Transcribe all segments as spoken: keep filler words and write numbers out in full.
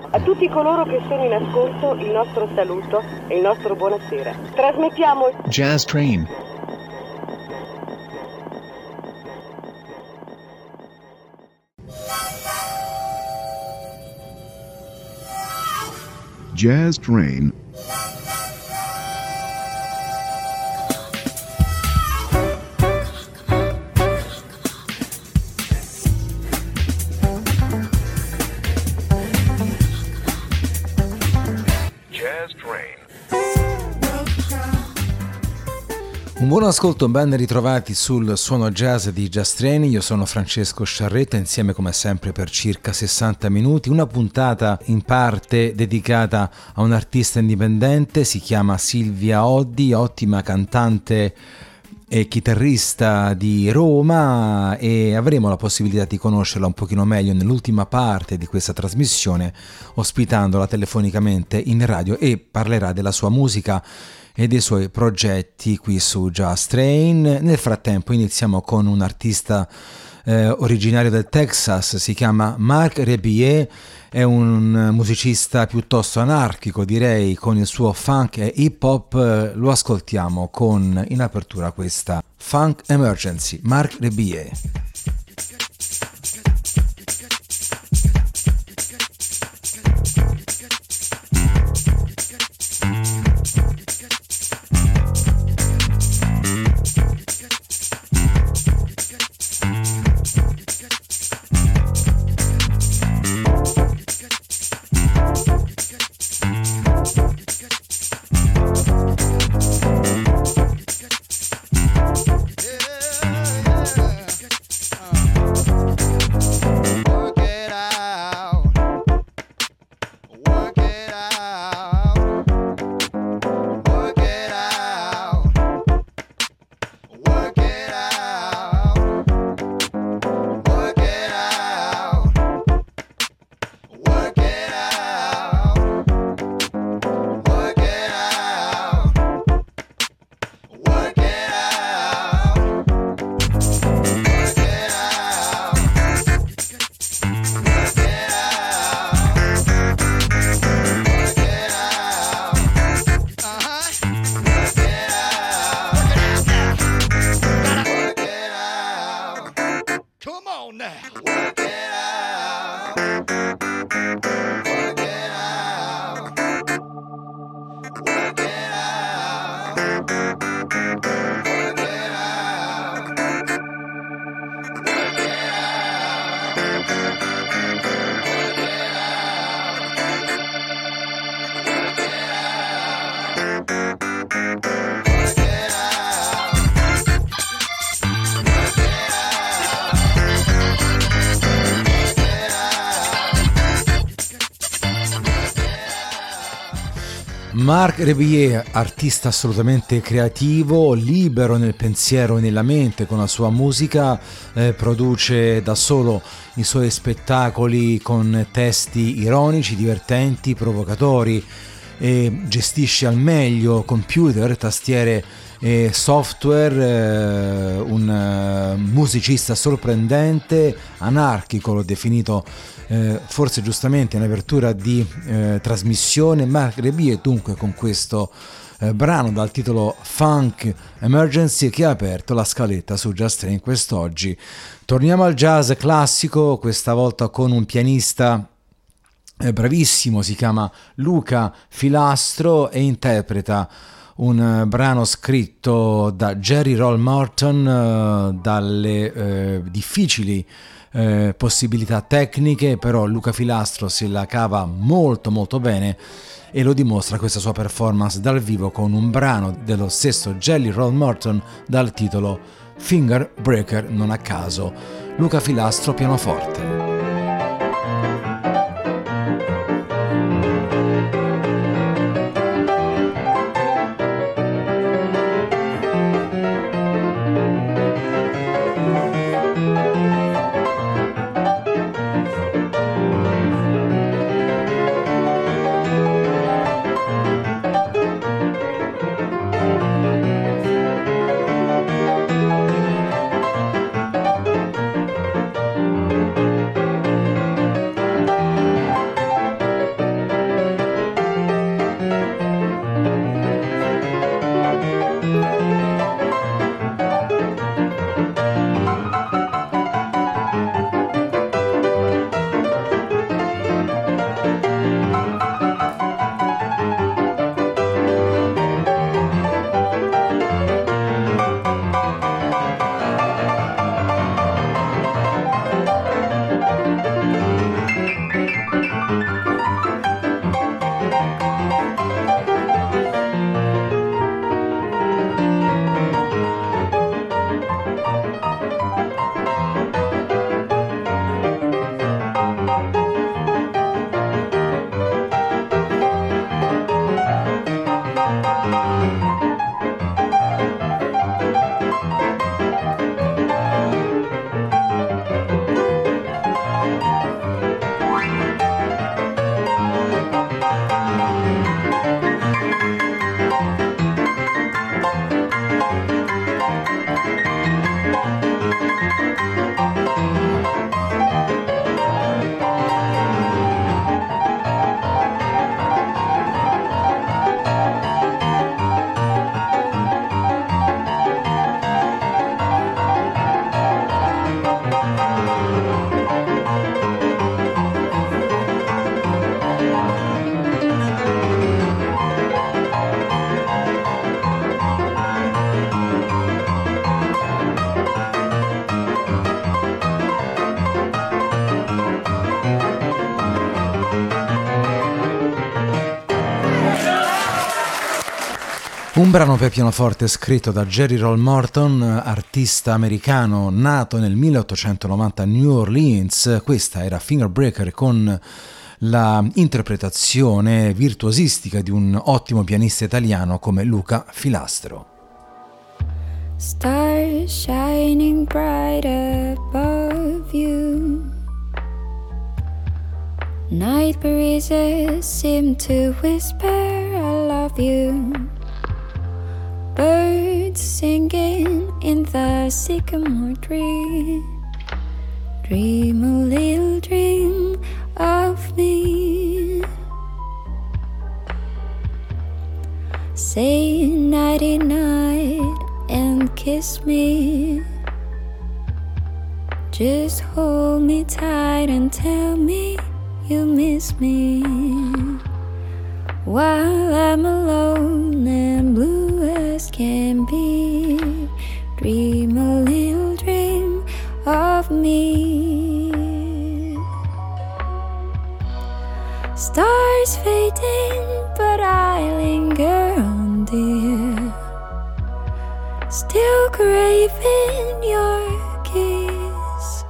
A tutti coloro che sono in ascolto il nostro saluto e il nostro buonasera. Trasmettiamo Jazz Train. Jazz Train. Un buon ascolto, ben ritrovati sul suono jazz di Jazz Train. Io sono Francesco Sciarretta, insieme come sempre per circa sessanta minuti, una puntata in parte dedicata a un artista indipendente, si chiama Silvia Oddi, ottima cantante e chitarrista di Roma, e avremo la possibilità di conoscerla un pochino meglio nell'ultima parte di questa trasmissione, ospitandola telefonicamente in radio, e parlerà della sua musica e dei suoi progetti qui su Jazz Train. Nel frattempo iniziamo con un artista eh, originario del Texas, si chiama Marc Rebillet, è un musicista piuttosto anarchico, direi, con il suo funk e hip hop. Lo ascoltiamo con in apertura questa Funk Emergency, Marc Rebillet. Marc Rebillet, artista assolutamente creativo, libero nel pensiero e nella mente con la sua musica, eh, produce da solo i suoi spettacoli con testi ironici, divertenti, provocatori, e gestisce al meglio computer, tastiere e software, eh, un uh, musicista sorprendente, anarchico, l'ho definito eh, forse giustamente in apertura di eh, trasmissione. Marc Rebillet dunque con questo eh, brano dal titolo Funk Emergency, che ha aperto la scaletta su Jazz Train quest'oggi. Torniamo al jazz classico, questa volta con un pianista eh, bravissimo, si chiama Luca Filastro e interpreta un brano scritto da Jerry Roll Morton, uh, dalle uh, difficili uh, possibilità tecniche, però Luca Filastro se la cava molto molto bene e lo dimostra questa sua performance dal vivo con un brano dello stesso Jerry Roll Morton dal titolo Finger Breaker, non a caso. Luca Filastro pianoforte. Un brano per pianoforte scritto da Jerry Roll Morton, artista americano nato nel milleottocentonovanta a New Orleans. Questa era Fingerbreaker, con la interpretazione virtuosistica di un ottimo pianista italiano come Luca Filastro. Stars shining bright above you. Night breezes seem to whisper I love you. Birds singing in the sycamore tree. Dream a little dream of me. Say nighty night and kiss me. Just hold me tight and tell me you miss me. While I'm alone and blue as can be, dream a little dream of me. Stars fading, but I linger on, dear, still craving your kiss.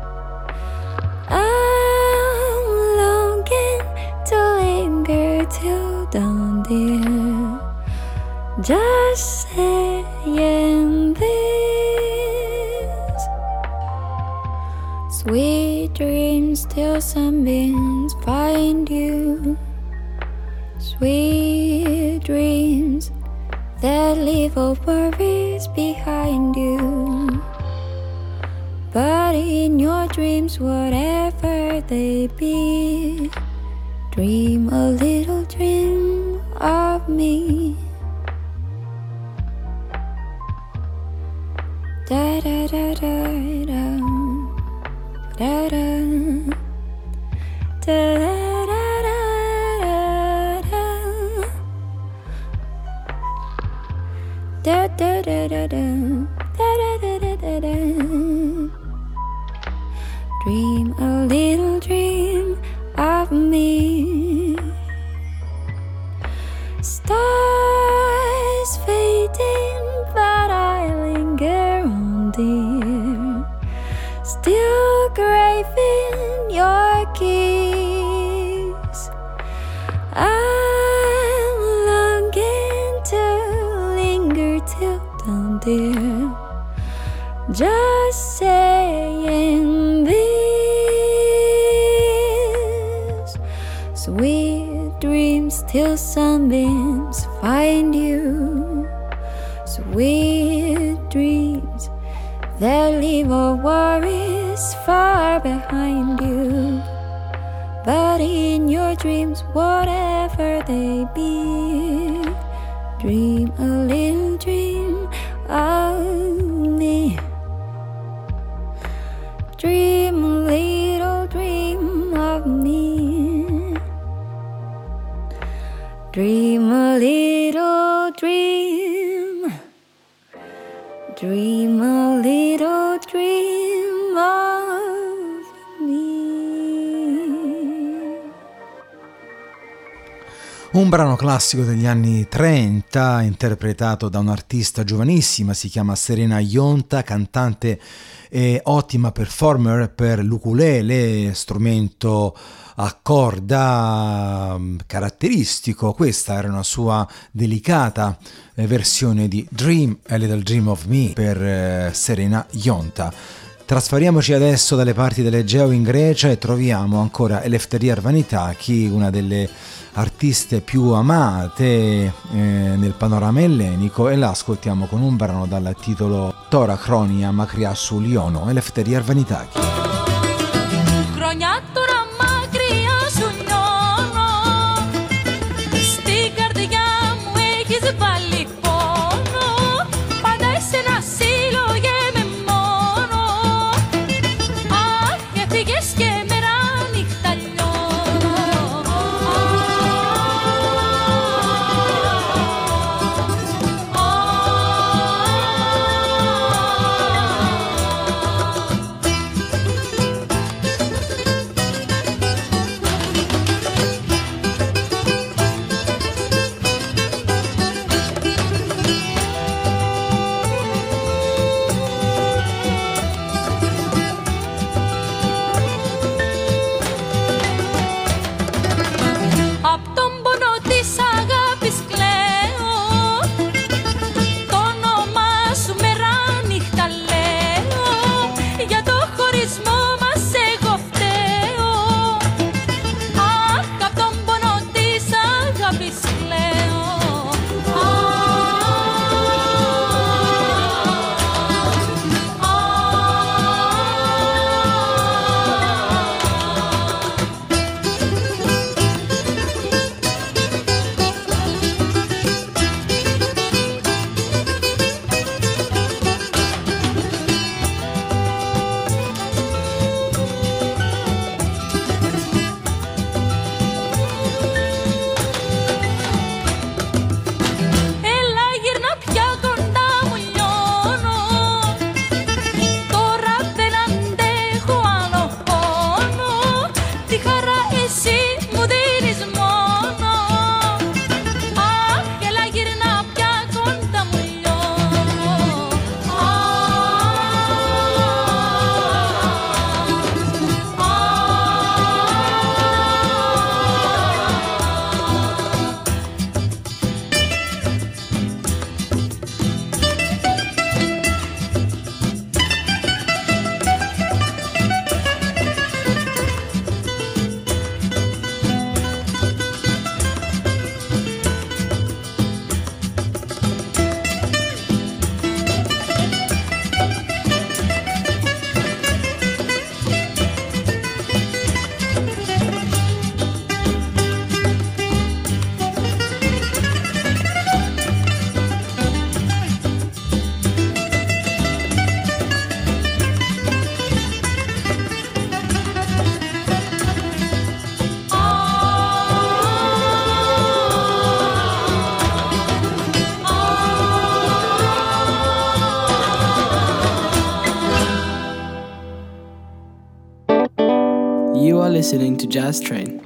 I'm longing to linger till dawn, dear, just saying this. Sweet dreams till sunbeams find you. Sweet dreams that leave all worries behind you. But in your dreams, whatever they be, dream a little dream of me. Da da da da da da da da da. Da da da da da da da da da da. Dream a little dream of me. Stars fading, but I linger on, dear, still craving your kiss. I'm longing to linger till dawn, dear, just saying this. Sweet dreams till sunbeams find you. Sweet dreams that leave all worries far behind you. But in your dreams, whatever they be, dream a little dream of me. Dream a little dream of me. Dream a little dream. Dream a little dream of me. Un brano classico degli anni trenta, interpretato da un'artista giovanissima, si chiama Serena Ionta, cantante e ottima performer per l'ukulele, strumento a corda caratteristico. Questa era una sua delicata versione di Dream a Little Dream of Me per Serena Ionta. Trasferiamoci adesso dalle parti dell'Egeo in Grecia e troviamo ancora Eleftheria Arvanitaki, una delle artiste più amate eh, nel panorama ellenico, e la ascoltiamo con un brano dal titolo Tora Chronia Makriassou Liono, Eleftheria Arvanitaki. listening to Jazz Train.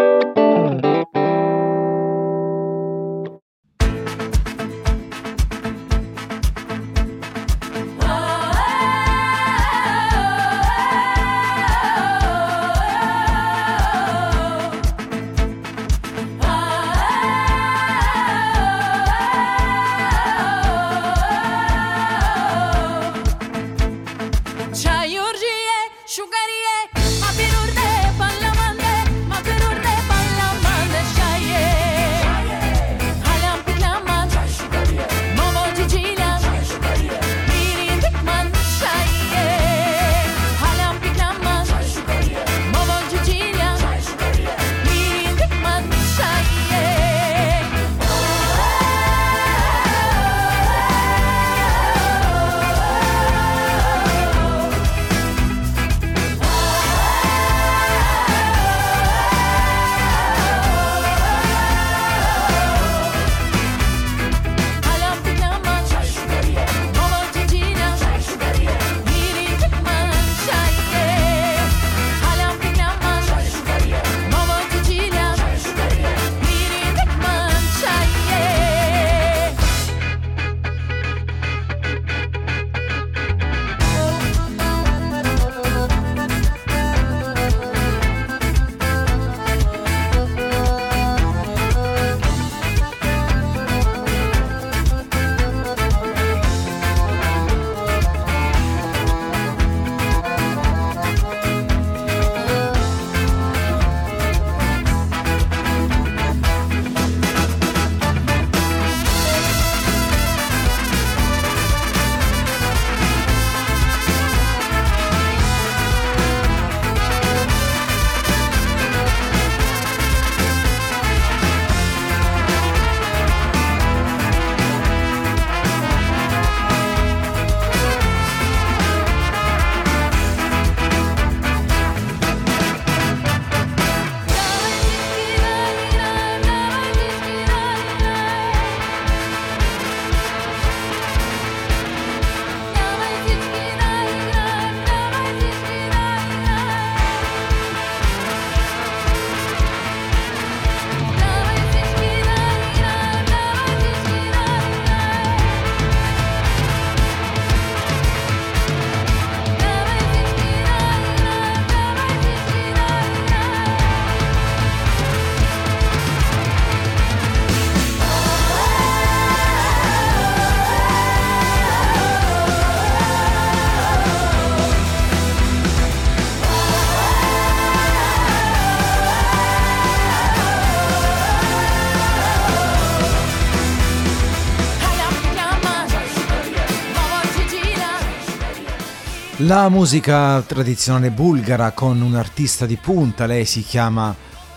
La musica tradizionale bulgara con un artista di punta, lei si chiama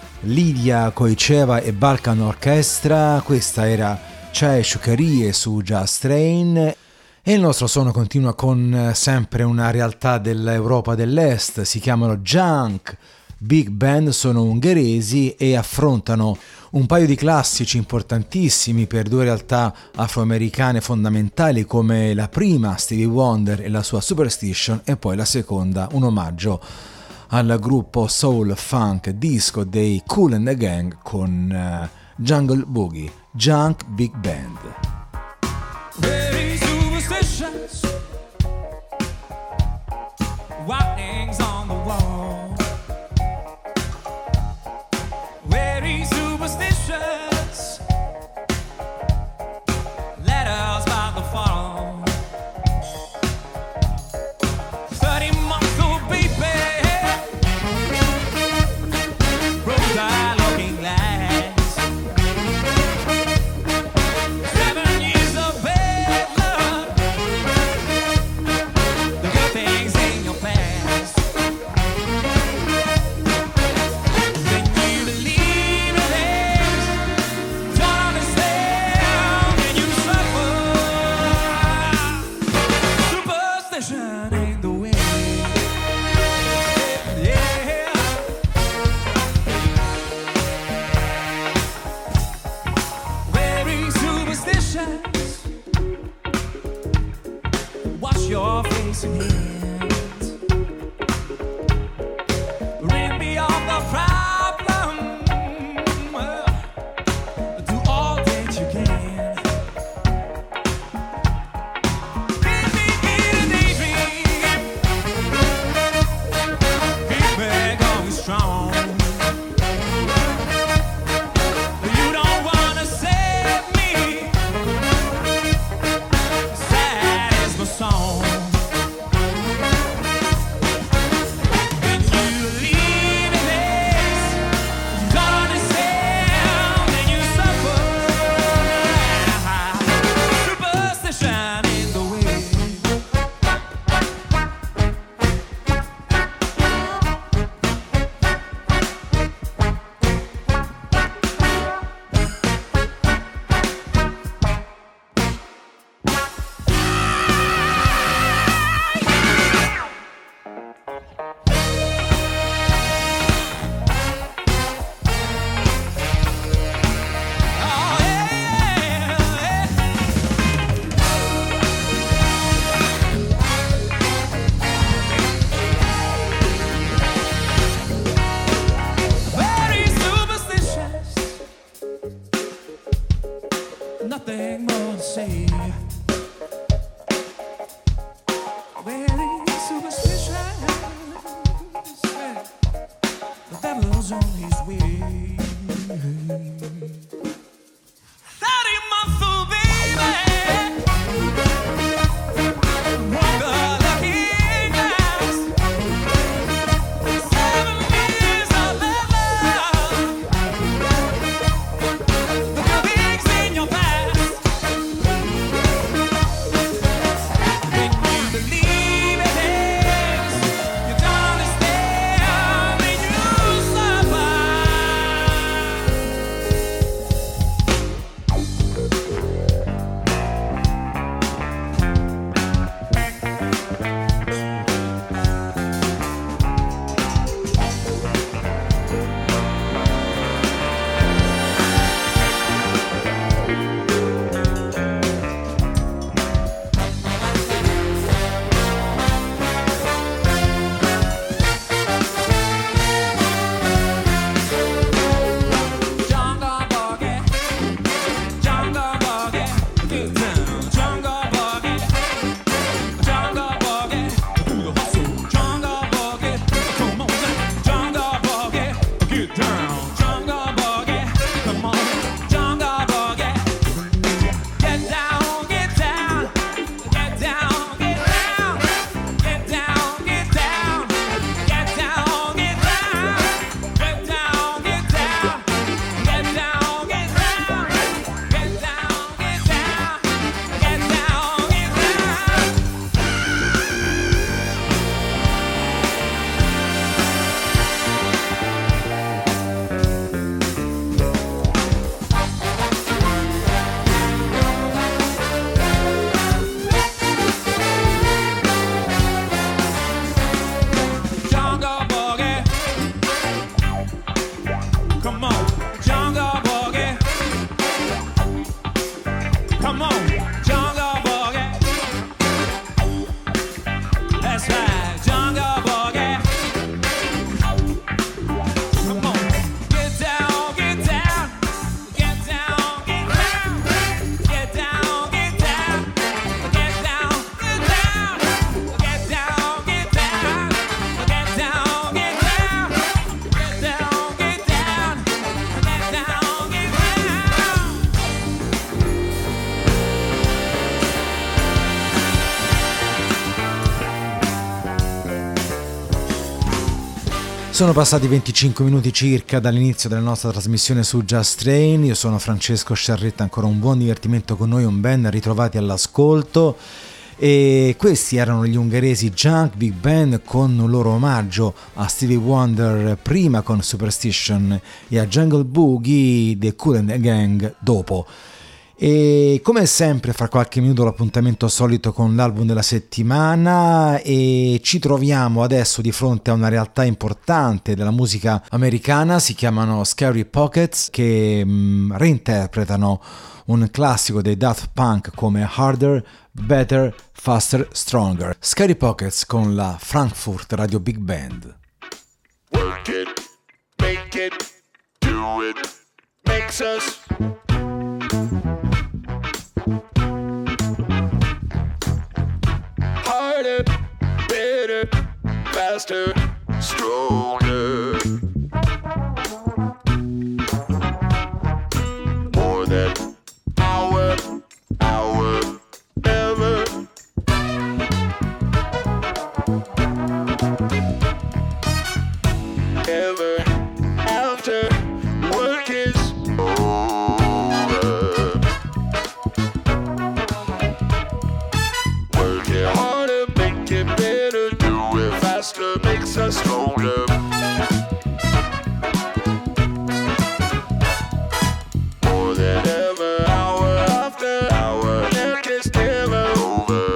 Lidia Koiceva e Balkan Orchestra. Questa era Chai Shukarie su Jazz Train e il nostro suono continua con sempre una realtà dell'Europa dell'Est. Si chiamano Junk Big Band, sono ungheresi e affrontano un paio di classici importantissimi per due realtà afroamericane fondamentali, come la prima Stevie Wonder e la sua Superstition, e poi la seconda un omaggio al gruppo soul funk disco dei Kool and the Gang con uh, Jungle Boogie, Junk Big Band. Very superstitious, writings on the wall. Very superstitious, letters by the phone. Thirty months old baby, rose eye looking glass. Seven years of bad luck, the good things in your past. Then you believe in things, don't understand, and you suffer. Superstition ain't the way. Yeah. Very superstitious. Wash your face and hands. Rid me of the Sono passati venticinque minuti circa dall'inizio della nostra trasmissione su Just Train. Io sono Francesco Sciarretta, ancora un buon divertimento con noi, un ben ritrovati all'ascolto. E questi erano gli ungheresi Junk Big Band con un loro omaggio a Stevie Wonder prima con Superstition e a Jungle Boogie The Kool and the Gang dopo. E come sempre fra qualche minuto l'appuntamento solito con l'album della settimana, e ci troviamo adesso di fronte a una realtà importante della musica americana. Si chiamano Scary Pockets, che mh, reinterpretano un classico dei Daft Punk come Harder, Better, Faster, Stronger. Scary Pockets con la Frankfurt Radio Big Band. Work it, make it, do it, makes us harder, better, faster, stronger. More than hour, hour, ever. Ever after work is over. Work it harder, make it better, do it faster, makes us stronger. More than ever, hour after hour, work is never over.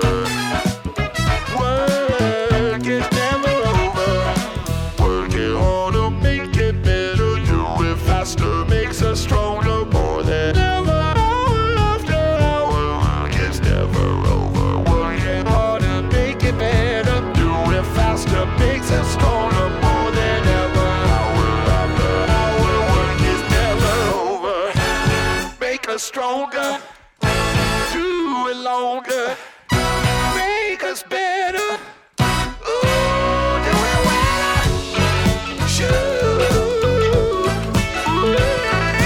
Work is never over. Work it harder, make it better, do it faster, makes us stronger. More than ever, hour after hour, work is never over. Work it harder, make it better, do it faster, makes us stronger. More than ever, hour after hour, work is never over. Make us stronger, do it longer, make us better. Ooh, do it well. Shoot.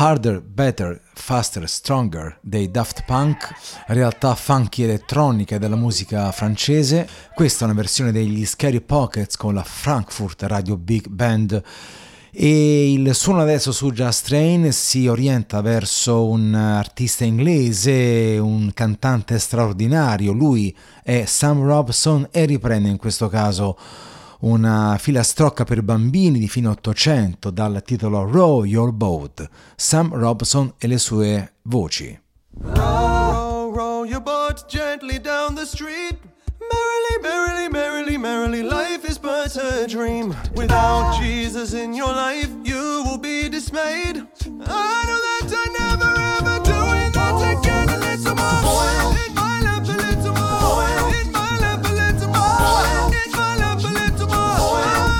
Harder, Better, Faster, Stronger dei Daft Punk, realtà funky elettronica della musica francese. Questa è una versione degli Scary Pockets con la Frankfurt Radio Big Band. E il suono adesso su Just Train si orienta verso un artista inglese, un cantante straordinario. Lui è Sam Robson e riprende in questo caso una filastrocca per bambini di fine Ottocento dal titolo Row Your Boat. Sam Robson e le sue voci. Row, row your boat gently down the street. Merrily, merrily, merrily, merrily, life is but a dream. Without Jesus in your life, you will be dismayed. I know that I never ever doing that again. A little more in my life, a little more in my life, a little more in my life, a little more.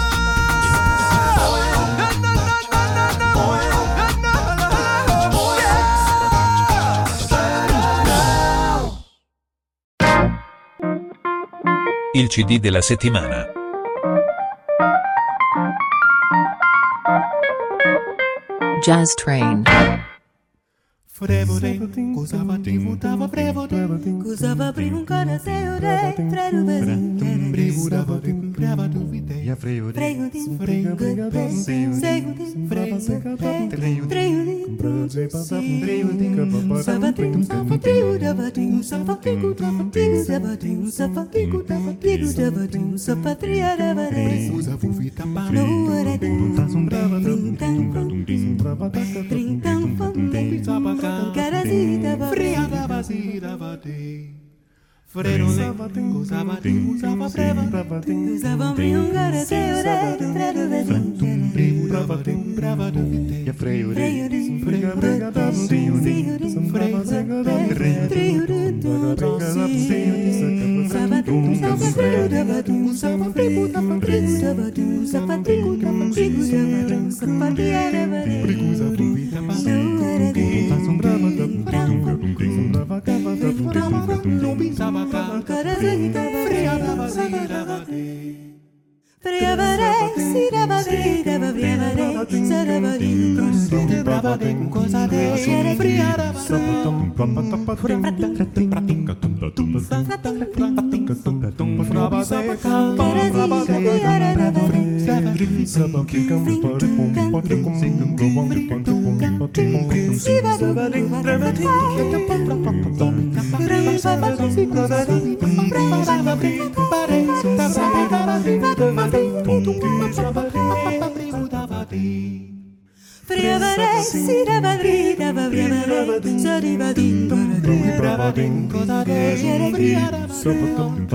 Na na na na na na na na. Il C D della settimana. Jazz Train. Frevoting, cosa va ti votava frevoting, cosa va prima un cara se ore, frevoting, frevoting, frevoting, ya frevoting, frevoting, frevoting, frevoting, sabating, sabating, sabating, sabating, sabating, sabating, sabating, sapatria davare, usa fufita pa, no ore, tring tring tring tring Garasita va fria da vasira va te Frero de usava te usava brava usava un garaseo de trado de brava te brava de ya freio de frega frega da sim sim frega frega sabato sabato sabato sabato sabato sabato sapatia de pregusa fubita Friavare, si davadri, davabriavare, sarivadi, bravadin, cosa de, friara, sopotum,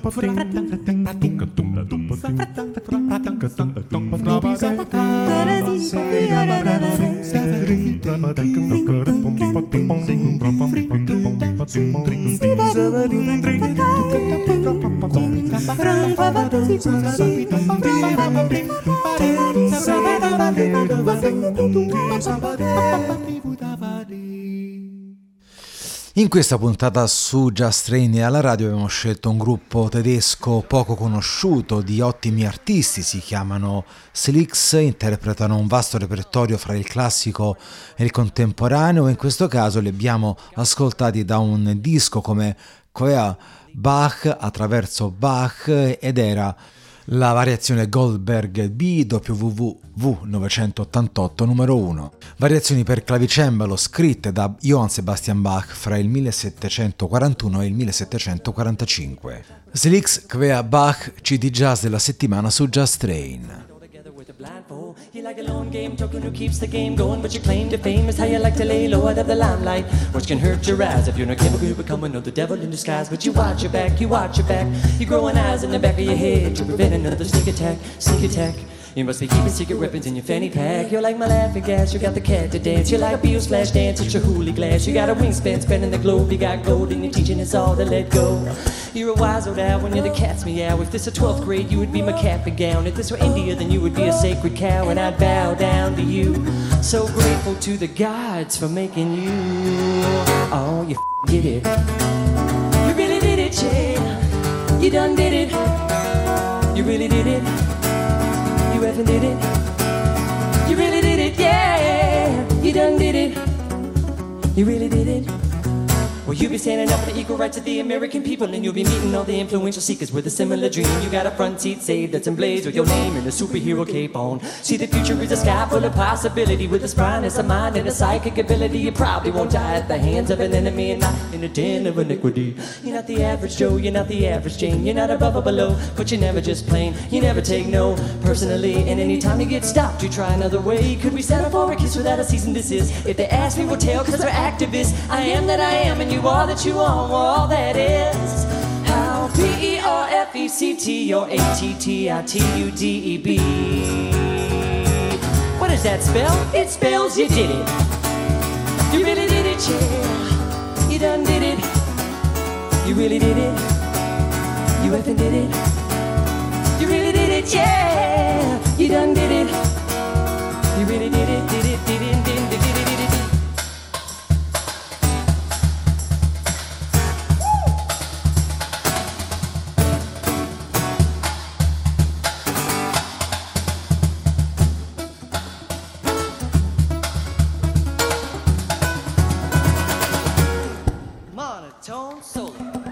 In questa puntata su Just Train e alla radio abbiamo scelto un gruppo tedesco poco conosciuto di ottimi artisti, si chiamano Selix, interpretano un vasto repertorio fra il classico e il contemporaneo e in questo caso li abbiamo ascoltati da un disco come Quer Bach attraverso Bach ed era la variazione Goldberg B W W V novecentottantotto numero uno. Variazioni per clavicembalo scritte da Johann Sebastian Bach fra il millesettecentoquarantuno e il millesettecentoquarantacinque. Selix Quer Bach, C D Jazz della settimana su Just Train. You like a lone game token who keeps the game going, but your claim to fame is how you like to lay low out of the limelight, which can hurt your eyes. If you're not careful, you become another devil in disguise. But you watch your back, you watch your back. You're growing eyes in the back of your head to prevent another sneak attack, sneak attack. You must be keeping secret weapons in your fanny pack. You're like my laughing gas, you got the cat to dance. You're like a Beal splash dance at your hoolie glass. You got a wingspan spinning the globe. You got gold and you're teaching us all to let go. You're a wise old owl when you're the cat's meow. If this were twelfth grade, you would be my cap and gown. If this were India, then you would be a sacred cow, and I'd bow down to you. So grateful to the gods for making you. Oh, you f- did it. You really did it, yeah. You done did it. You really did it. You effing did it. You really did it, yeah. You You done did it. You really did it. Well, you'll be standing up for the equal rights of the American people, and you'll be meeting all the influential seekers with a similar dream. You got a front seat saved that's emblazed with your name and a superhero cape on. See, the future is a sky full of possibility, with a spryness of mind and a psychic ability. You probably won't die at the hands of an enemy and not in a den of iniquity. You're not the average Joe, you're not the average Jane. You're not above or below, but you're never just plain. You never take no personally, and anytime you get stopped, you try another way. Could we settle for a kiss without a cease and desist? If they ask me, we'll tell, cause we're activists. I am that I am, and you are that you are, all that is. How P E R F E C T or A T T I T U D E B. What does that spell? It spells you did it. You really did it, yeah. You done did it. You really did it. You effing did it. You really did it, yeah. You done did it. You really did it, did it, did it, did it, did it, did it. Monotone solo.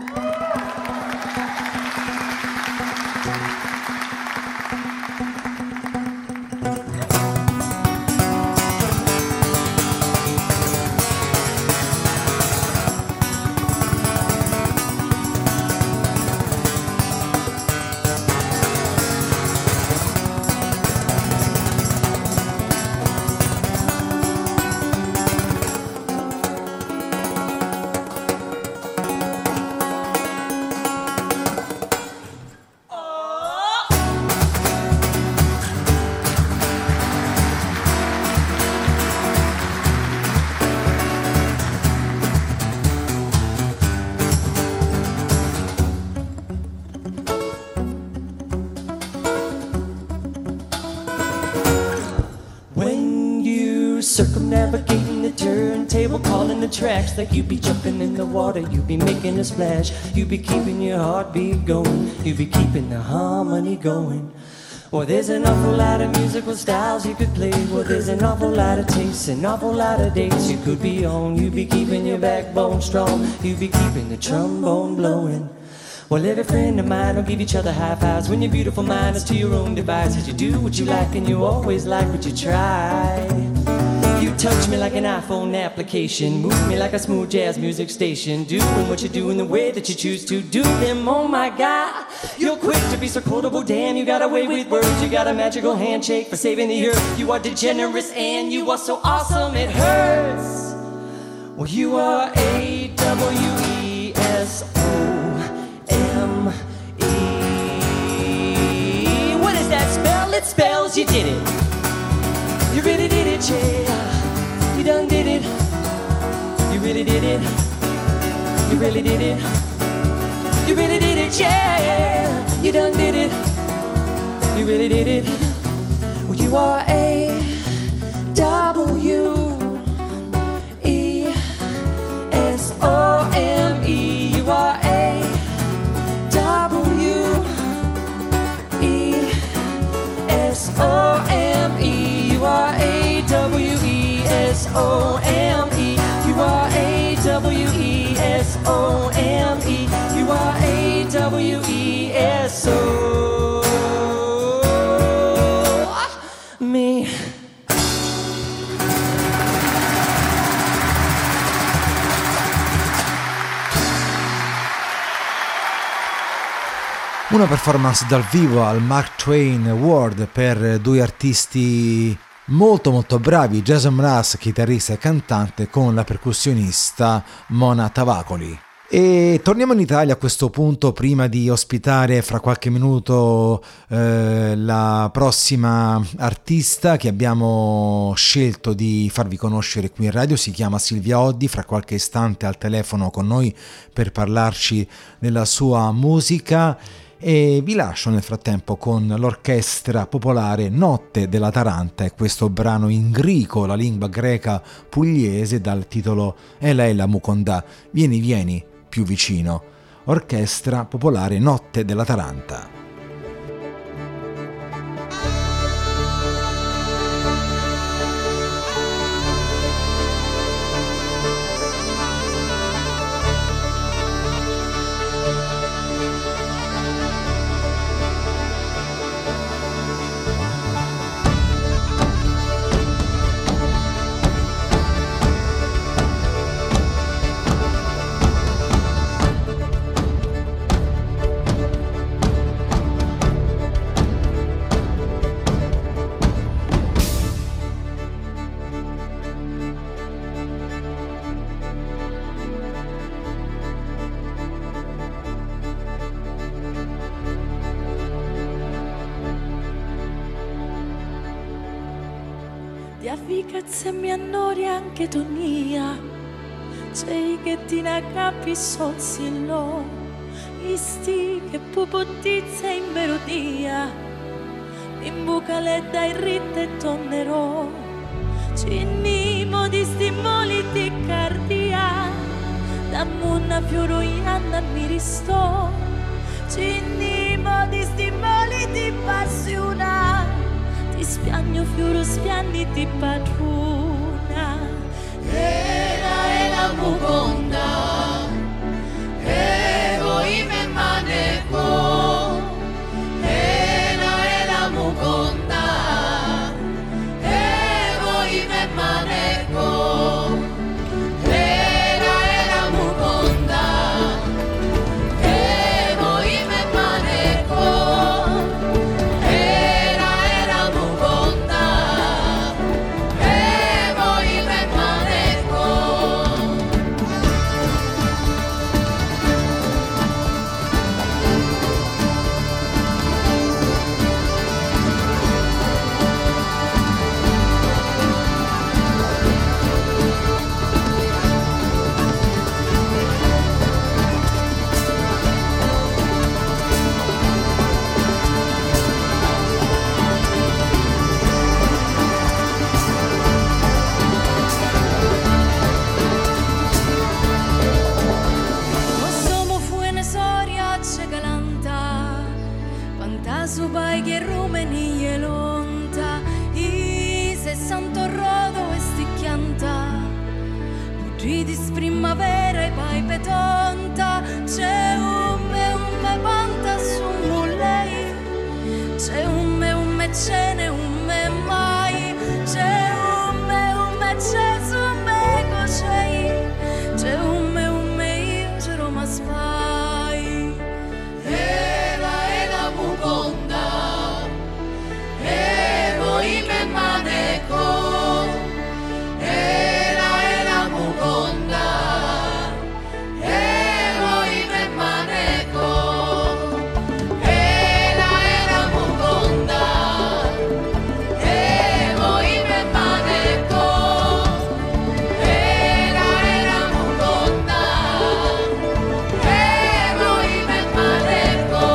Circumnavigating the turntable, calling the tracks like you be jumping in the water, you be making a splash, you be keeping your heartbeat going, you be keeping the harmony going. Well, there's an awful lot of musical styles you could play. Well, there's an awful lot of tastes, an awful lot of dates you could be on. You be keeping your backbone strong, you be keeping the trombone blowing. Well, every friend of mine will give each other high fives when your beautiful mind is to your own devices. You do what you like and you always like what you try. You touch me like an iPhone application, move me like a smooth jazz music station, doing what you do in the way that you choose to do them. Oh my God, you're quick to be so quotable. Damn, you got a way with words. You got a magical handshake for saving the earth. You are degenerate and you are so awesome it hurts. Well, you are A W E S O M E. What does that spell? It spells you did it. You really did it, yeah. You done did it. You really did it. You really did it. You really did it, yeah. You done did it. You really did it. Well, you are A W E S O M E. You are A W E S O M E. You are A W E S O M E. You are A W E S O M E. You are A W E S O me. Una performance dal vivo al Mark Twain Award per due artisti molto molto bravi, Jason Mraz, chitarrista e cantante, con la percussionista Mona Tavakoli. E torniamo in Italia a questo punto, prima di ospitare fra qualche minuto eh, la prossima artista che abbiamo scelto di farvi conoscere qui in radio. Si chiama Silvia Oddi, fra qualche istante al telefono con noi per parlarci della sua musica. E vi lascio nel frattempo con l'orchestra popolare Notte della Taranta e questo brano in greco, la lingua greca pugliese, dal titolo Ela Ela Mukonda, vieni vieni più vicino. Orchestra popolare Notte della Taranta. cazzo mi annori anche tonia, c'è che ti ne capi sozzillo, isti che pupottizza in melodia, in bucaletta e ritte tornerò, cinnimo di stimoli di cardia, da munna fioro ianna mi ristò, cinnimo di stimoli di passione, ti spiagno fioro spianni di padrona. Era e la muconda, e voi me maneco, era e la muconda, e voi me maneco, era e la muconda, e voi me maneco, era e la muconda, e voi me maneco. Sommo fuene soria ce galanta, Pantasubai che rumeni e lonta, I sessanto rodo e sticchianta, Putri di primavera e pai petonta, c'è un me un me panta su mulei, c'è un me un me cene un me mai, c'è un me un me c'è su me coscei, c'è un me un me io c'è Roma spai. Era e la muconda, e voi me maneco, era e la muconda, e voi me maneco, era e la muconda, e voi me maneco, era e la muconda, e voi me maneco.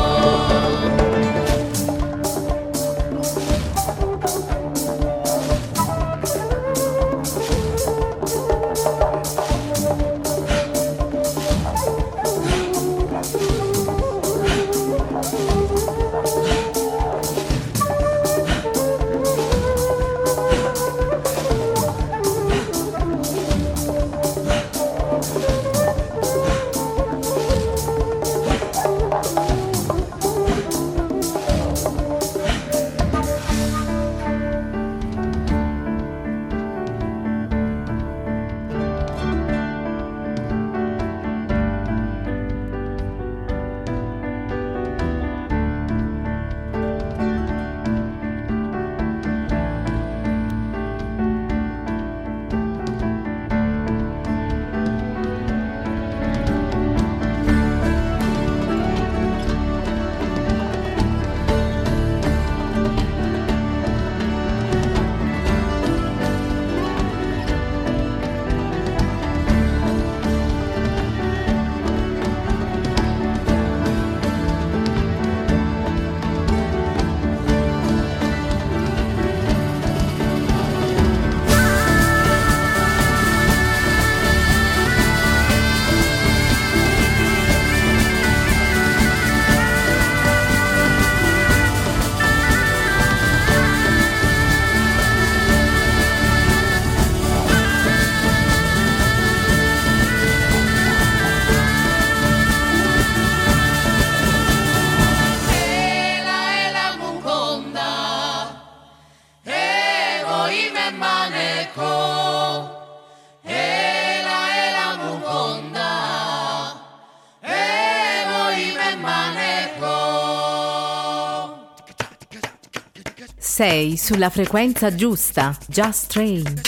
Sei sulla frequenza giusta. Just Train.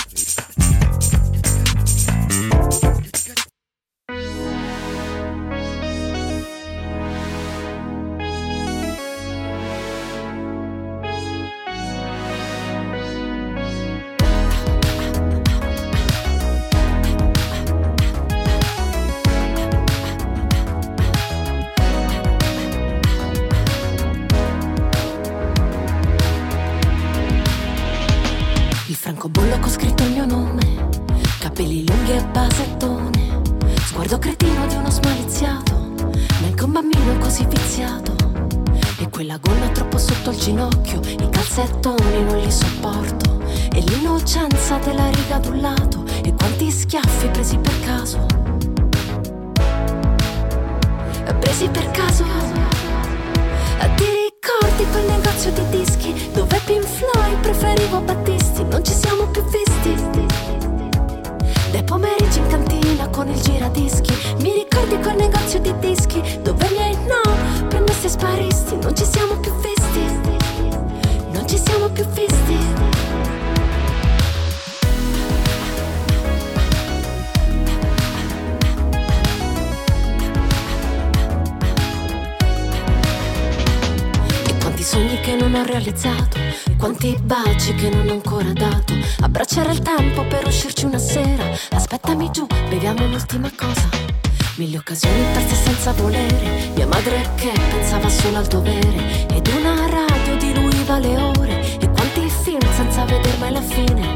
Perché un bambino così viziato e quella gonna troppo sotto il ginocchio, i calzettoni non li sopporto, e l'innocenza della riga ad un lato, e quanti schiaffi presi per caso, presi per caso. Ti ricordi quel negozio di dischi dove Pink Floyd preferivo Battisti? Non ci siamo più visti. Dei pomeriggi in cantina con il giradischi. Mi ricordi quel negozio di dischi dove i miei no prendesti e sparisti? Non ci siamo più visti. Non ci siamo più visti. Sogni che non ho realizzato, quanti baci che non ho ancora dato. Abbracciare il tempo per uscirci una sera. Aspettami giù, beviamo l'ultima cosa. Mille occasioni perse senza volere. Mia madre che pensava solo al dovere. Ed una radio diluiva le ore. E quanti film senza veder mai la fine.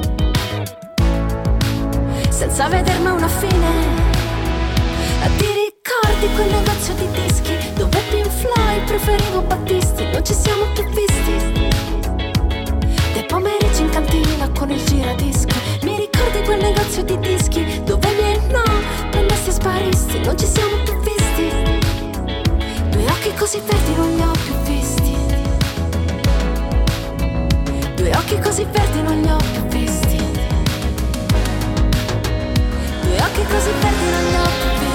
Senza veder mai una fine. Ti ricordi quel negozio di dischi dove Pink Floyd preferivo Battisti? Non ci siamo più visti. Dei pomeriggi in cantina con il giradischi. Mi ricordi quel negozio di dischi dove i miei no prendesti e sparisti? Non ci siamo più visti. Due occhi così verdi non li ho più visti. Due occhi così verdi non li ho più visti. Due occhi così verdi non li ho più visti.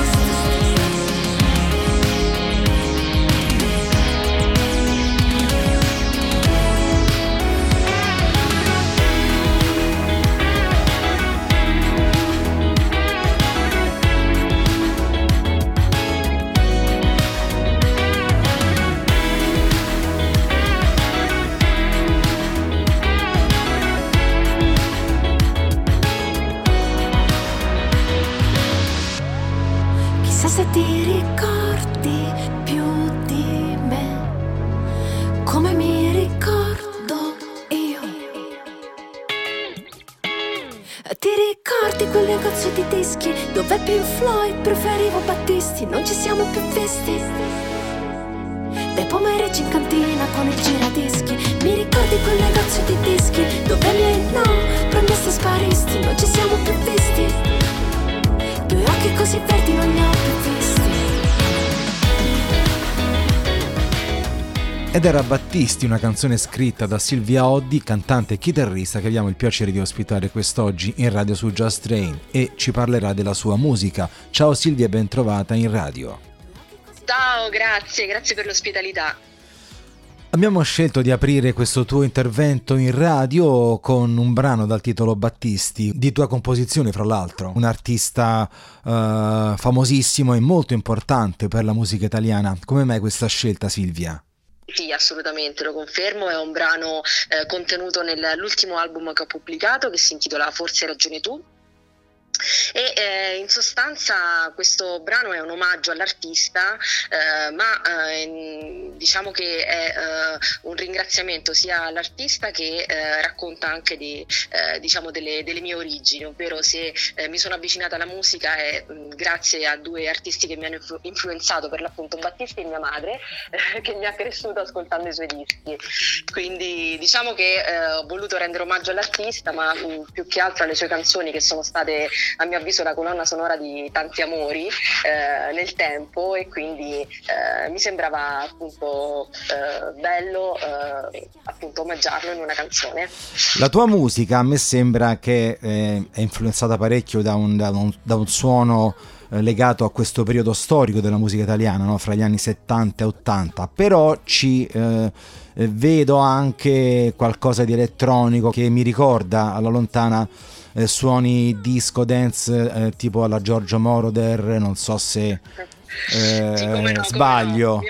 Se ti ricordi più di me, come mi ricordo io. Ti ricordi quel negozio di dischi dove Pink Floyd preferivo Battisti? Non ci siamo più visti. Dei pomeriggi in cantina con il giradischi. Mi ricordi quel negozio di dischi dove i miei no prendesti e sparisti? Non ci siamo più visti. Due occhi così verdi non li ho più visti. Ed era Battisti, una canzone scritta da Silvia Oddi, cantante e chitarrista che abbiamo il piacere di ospitare quest'oggi in radio su Just Train, e ci parlerà della sua musica. Ciao Silvia e ben trovata in radio. Ciao, grazie, grazie per l'ospitalità. Abbiamo scelto di aprire questo tuo intervento in radio con un brano dal titolo Battisti, di tua composizione fra l'altro, un artista uh, famosissimo e molto importante per la musica italiana. Come mai questa scelta, Silvia? Sì, assolutamente, lo confermo, è un brano eh, contenuto nell'ultimo album che ho pubblicato, che si intitola Forse hai ragione tu. E eh, in sostanza questo brano è un omaggio all'artista, eh, ma eh, diciamo che è eh, un ringraziamento sia all'artista che eh, racconta anche di, eh, diciamo delle, delle mie origini, ovvero se eh, mi sono avvicinata alla musica è mh, grazie a due artisti che mi hanno influ- influenzato, per l'appunto Battisti e mia madre, eh, che mi ha cresciuto ascoltando i suoi dischi. Quindi diciamo che eh, ho voluto rendere omaggio all'artista, ma mh, più che altro alle sue canzoni, che sono state a mio avviso la colonna sonora di tanti amori eh, nel tempo, e quindi eh, mi sembrava appunto eh, bello eh, appunto omaggiarlo in una canzone. La tua musica a me sembra che eh, è influenzata parecchio da un, da un, da un suono eh, legato a questo periodo storico della musica italiana, no? Fra gli anni settanta e ottanta, però ci eh, vedo anche qualcosa di elettronico che mi ricorda alla lontana Eh, suoni disco dance eh, tipo alla Giorgio Moroder, non so se eh, sì, come no, sbaglio. Come no. Mi è molto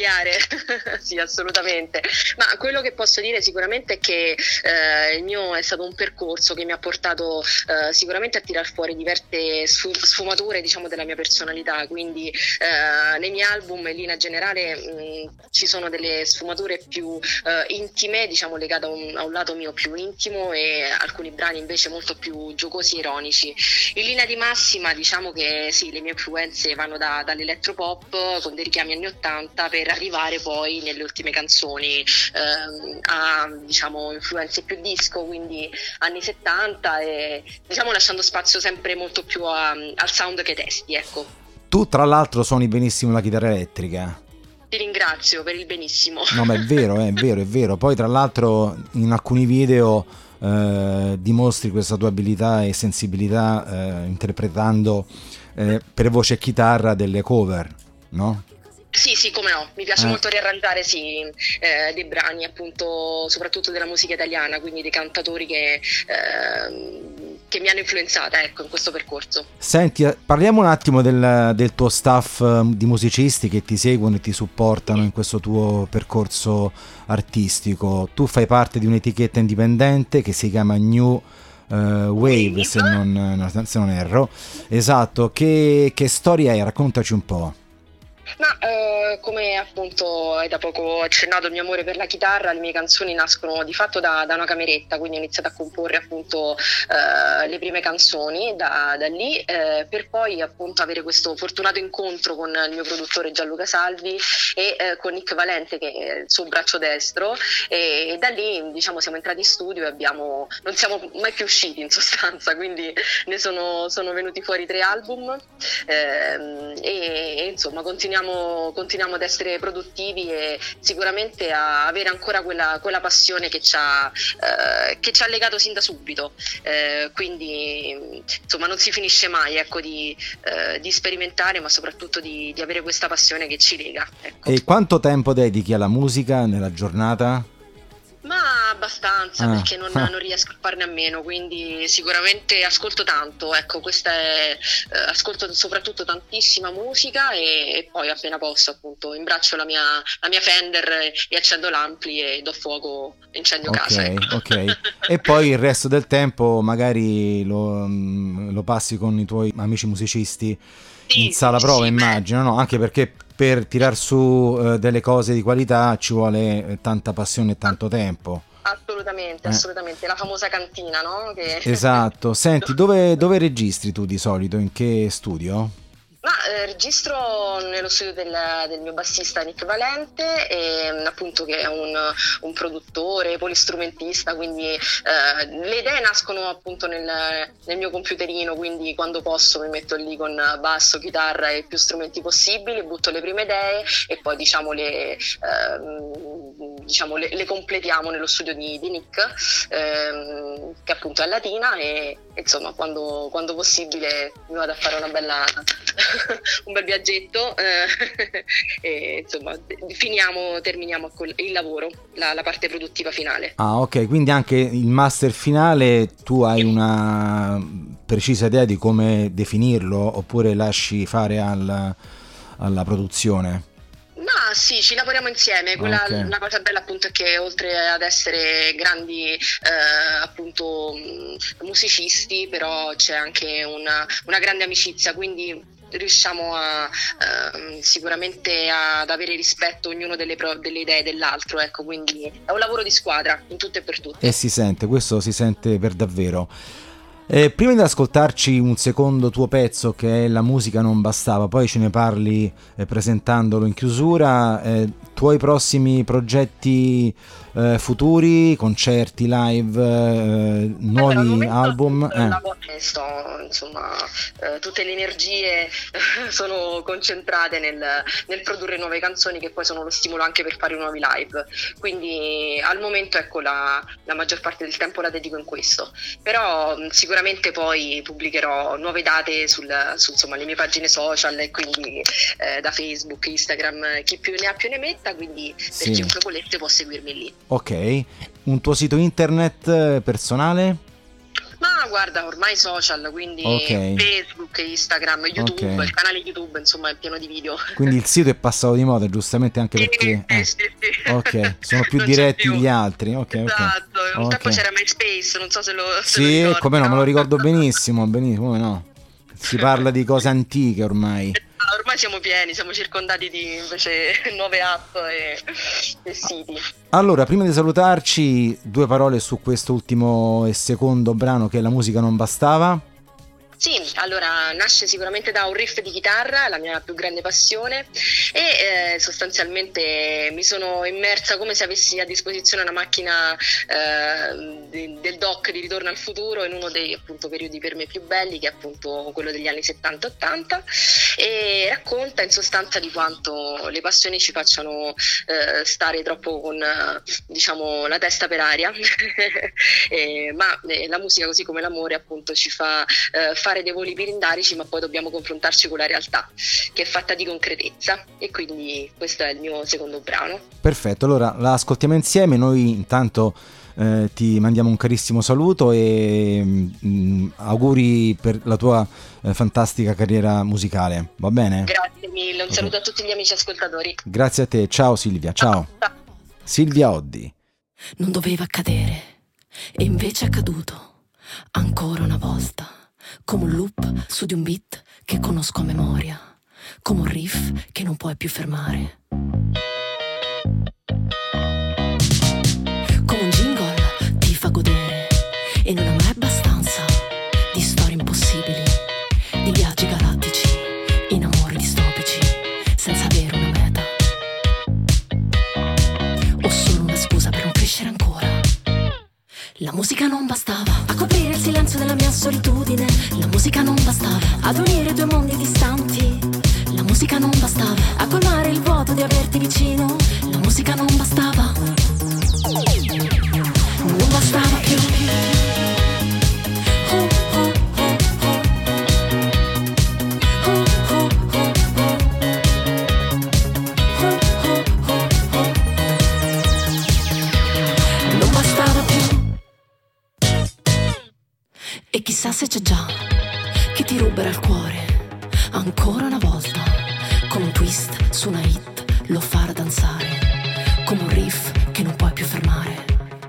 familiare. Sì, assolutamente. Ma quello che posso dire sicuramente è che eh, il mio è stato un percorso che mi ha portato eh, sicuramente a tirar fuori diverse sfumature, diciamo, della mia personalità, quindi eh, nei miei album in linea generale mh, ci sono delle sfumature più eh, intime, diciamo, legate a un, a un lato mio più intimo, e alcuni brani invece molto più giocosi e ironici. In linea di massima diciamo che sì, le mie influenze vanno da, dall'elettropop con dei richiami anni ottanta per arrivare poi nelle ultime canzoni ehm, a, diciamo, influenze più disco, quindi anni settanta, e diciamo lasciando spazio sempre molto più a, al sound che ai testi, ecco. Tu tra l'altro suoni benissimo la chitarra elettrica. Ti ringrazio per il benissimo. No, ma è vero, è vero, è vero. Poi tra l'altro in alcuni video eh, dimostri questa tua abilità e sensibilità eh, interpretando eh, per voce e chitarra delle cover, no? Sì, sì, come no, mi piace Eh. molto riarrangiare sì, eh, dei brani, appunto, soprattutto della musica italiana, quindi dei cantatori che, eh, che mi hanno influenzata, ecco, in questo percorso. Senti, eh, parliamo un attimo del, del tuo staff eh, di musicisti che ti seguono e ti supportano in questo tuo percorso artistico. Tu fai parte di un'etichetta indipendente che si chiama New eh, Wave, se non, se non erro. Esatto, che, che storia è? Raccontaci un po'. Ma eh, come appunto hai da poco accennato, il mio amore per la chitarra, le mie canzoni nascono di fatto da, da una cameretta, quindi ho iniziato a comporre appunto eh, le prime canzoni da, da lì, eh, per poi appunto avere questo fortunato incontro con il mio produttore Gianluca Salvi e eh, con Nick Valente, che è il suo braccio destro, e, e da lì diciamo siamo entrati in studio e abbiamo, non siamo mai più usciti in sostanza, quindi ne sono, sono venuti fuori tre album, ehm, e, e insomma continuiamo continuiamo ad essere produttivi e sicuramente a avere ancora quella, quella passione che ci ha eh, che ci ha legato sin da subito, eh, quindi insomma non si finisce mai, ecco, di, eh, di sperimentare, ma soprattutto di, di avere questa passione che ci lega, ecco. E quanto tempo dedichi alla musica nella giornata? Ma abbastanza, Ah. perché non, non riesco a farne a meno, quindi sicuramente ascolto tanto, ecco, questa è, eh, ascolto soprattutto tantissima musica, e, e poi appena posso appunto imbraccio la mia, la mia Fender e accendo l'ampli e do fuoco, incendio Ok, casa, ecco. ok. E poi il resto del tempo magari lo, lo passi con i tuoi amici musicisti Sì, in sala prova, sì, immagino, no? Anche perché per tirar su eh, delle cose di qualità ci vuole eh, tanta passione e tanto tempo. Assolutamente, Eh. assolutamente, la famosa cantina, no? Che... Esatto. Senti, dove, dove registri tu di solito? In che studio? Ma eh, registro nello studio del, del mio bassista Nick Valente, e, appunto, che è un, un produttore, polistrumentista, quindi eh, le idee nascono appunto nel, nel mio computerino, quindi quando posso mi metto lì con basso, chitarra e più strumenti possibili, butto le prime idee e poi diciamo le, ehm, diciamo, le, le completiamo nello studio di, di Nick, ehm, che appunto è a Latina, e insomma quando, quando possibile mi vado a fare una bella un bel viaggetto, eh, e insomma finiamo, terminiamo il lavoro, la, la parte produttiva finale. Ah, ok, quindi anche il master finale tu hai una precisa idea di come definirlo, oppure lasci fare al, alla produzione? Ma sì, ci lavoriamo insieme. Quella, Ok. la cosa bella appunto è che oltre ad essere grandi eh, appunto mh, musicisti, però c'è anche una, una grande amicizia, quindi riusciamo a ehm, sicuramente ad avere rispetto ognuno delle, pro- delle idee dell'altro, ecco, quindi è un lavoro di squadra in tutto e per tutto. E si sente, questo si sente per davvero. Eh, prima di ascoltarci un secondo tuo pezzo, che è La musica non bastava, poi ce ne parli eh, presentandolo in chiusura, eh, tuoi prossimi progetti eh, futuri, concerti live, eh, nuovi Allora, al momento, album? eh, Eh. lavoro- eh, sto, insomma, eh, tutte le energie sono concentrate nel, nel produrre nuove canzoni, che poi sono lo stimolo anche per fare nuovi live, quindi al momento ecco la, la maggior parte del tempo la dedico in questo, però mh, sicuramente poi pubblicherò nuove date sul, su insomma, le mie pagine social, e quindi eh, da Facebook, Instagram, chi più ne ha più ne metta, quindi per Sì. chiunque volesse può seguirmi lì. Ok, un tuo sito internet eh, personale? Ma guarda, ormai social, quindi Okay. Facebook, Instagram, YouTube, Ok. il canale YouTube, insomma, è pieno di video. Quindi il sito è passato di moda, giustamente, anche perché eh, ok, sono più Non c'è diretti più. gli altri. Ok, ok. Esatto, un tempo Ok. c'era MySpace, non so se lo, se lo Sì, ricordi, come no, no? me lo ricordo benissimo, benissimo, come no. Si parla di cose antiche ormai. Ah, ormai siamo pieni, siamo circondati di invece nuove app e, e siti. Allora, prima di salutarci, due parole su questo ultimo e secondo brano, che è La musica non bastava. Sì, allora nasce sicuramente da un riff di chitarra, la mia più grande passione, e eh, sostanzialmente mi sono immersa come se avessi a disposizione una macchina eh, di- del doc di Ritorno al futuro in uno dei appunto periodi per me più belli, che è appunto quello degli anni settanta ottanta, e racconta in sostanza di quanto le passioni ci facciano eh, stare troppo con eh, diciamo la testa per aria. Eh, ma eh, la musica, così come l'amore, appunto ci fa eh, fare dei voli pirindarici, ma poi dobbiamo confrontarci con la realtà, che è fatta di concretezza, e quindi questo è il mio secondo brano. Perfetto, allora la ascoltiamo insieme. Noi intanto eh, ti mandiamo un carissimo saluto e mm, auguri per la tua eh, fantastica carriera musicale, va bene? Grazie mille, un saluto a tutti gli amici ascoltatori. Grazie a te, ciao Silvia, ciao. Silvia Oddi. Non doveva accadere, e invece è accaduto ancora una volta, come un loop su di un beat che conosco a memoria, come un riff che non puoi più fermare, come un jingle ti fa godere, e non è mai abbastanza di storie impossibili, di viaggi galattici, in amori distopici, senza avere una meta, o solo una scusa per non crescere ancora. La musica non bastava a coprire il silenzio della mia solitudine, la musica non bastava ad unire due mondi distanti, la musica non bastava a colmare il vuoto di averti vicino, la musica non bastava, non bastava più. Oh, oh, oh, oh. Oh, oh, oh, oh. Oh, oh, oh, oh. Non bastava più. E chissà se c'è già chi ti ruberà il cuore ancora una volta, come un twist su una hit lo farà danzare, come un riff che non puoi più fermare,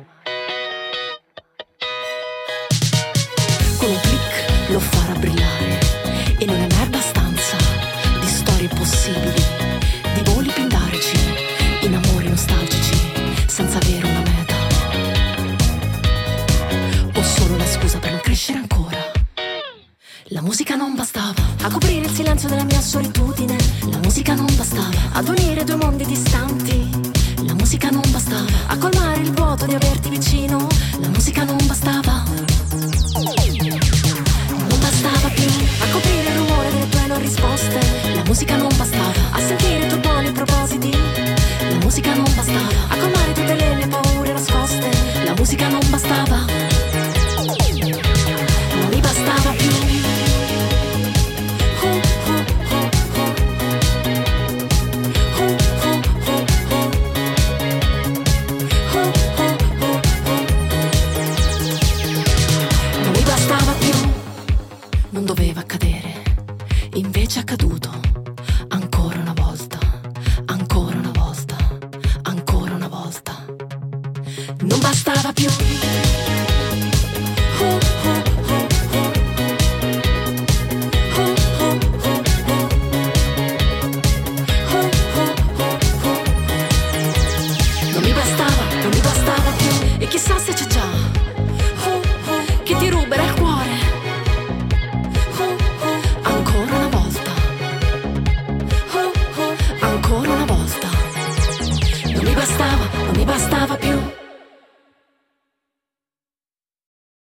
con un click lo farà brillare, e non è mai abbastanza di storie impossibili, di voli pindarici, in amori nostalgici, senza avere una meta, o solo la scusa per non crescere ancora. La musica non bastava a coprire il silenzio della mia solitudine, la musica non bastava ad unire due mondi distanti, la musica non bastava a colmare il vuoto di averti vicino, la musica non bastava, non bastava più a coprire il rumore delle tue non risposte, la musica non bastava a sentire i tuoi buoni propositi, la musica non bastava a colmare tutte le mie paure nascoste, la musica non bastava, non mi bastava più. Non mi bastava più, non doveva accadere, invece è accaduto ancora una volta, ancora una volta, ancora una volta. Non bastava più. Non mi bastava, non mi bastava più, e chissà se c'è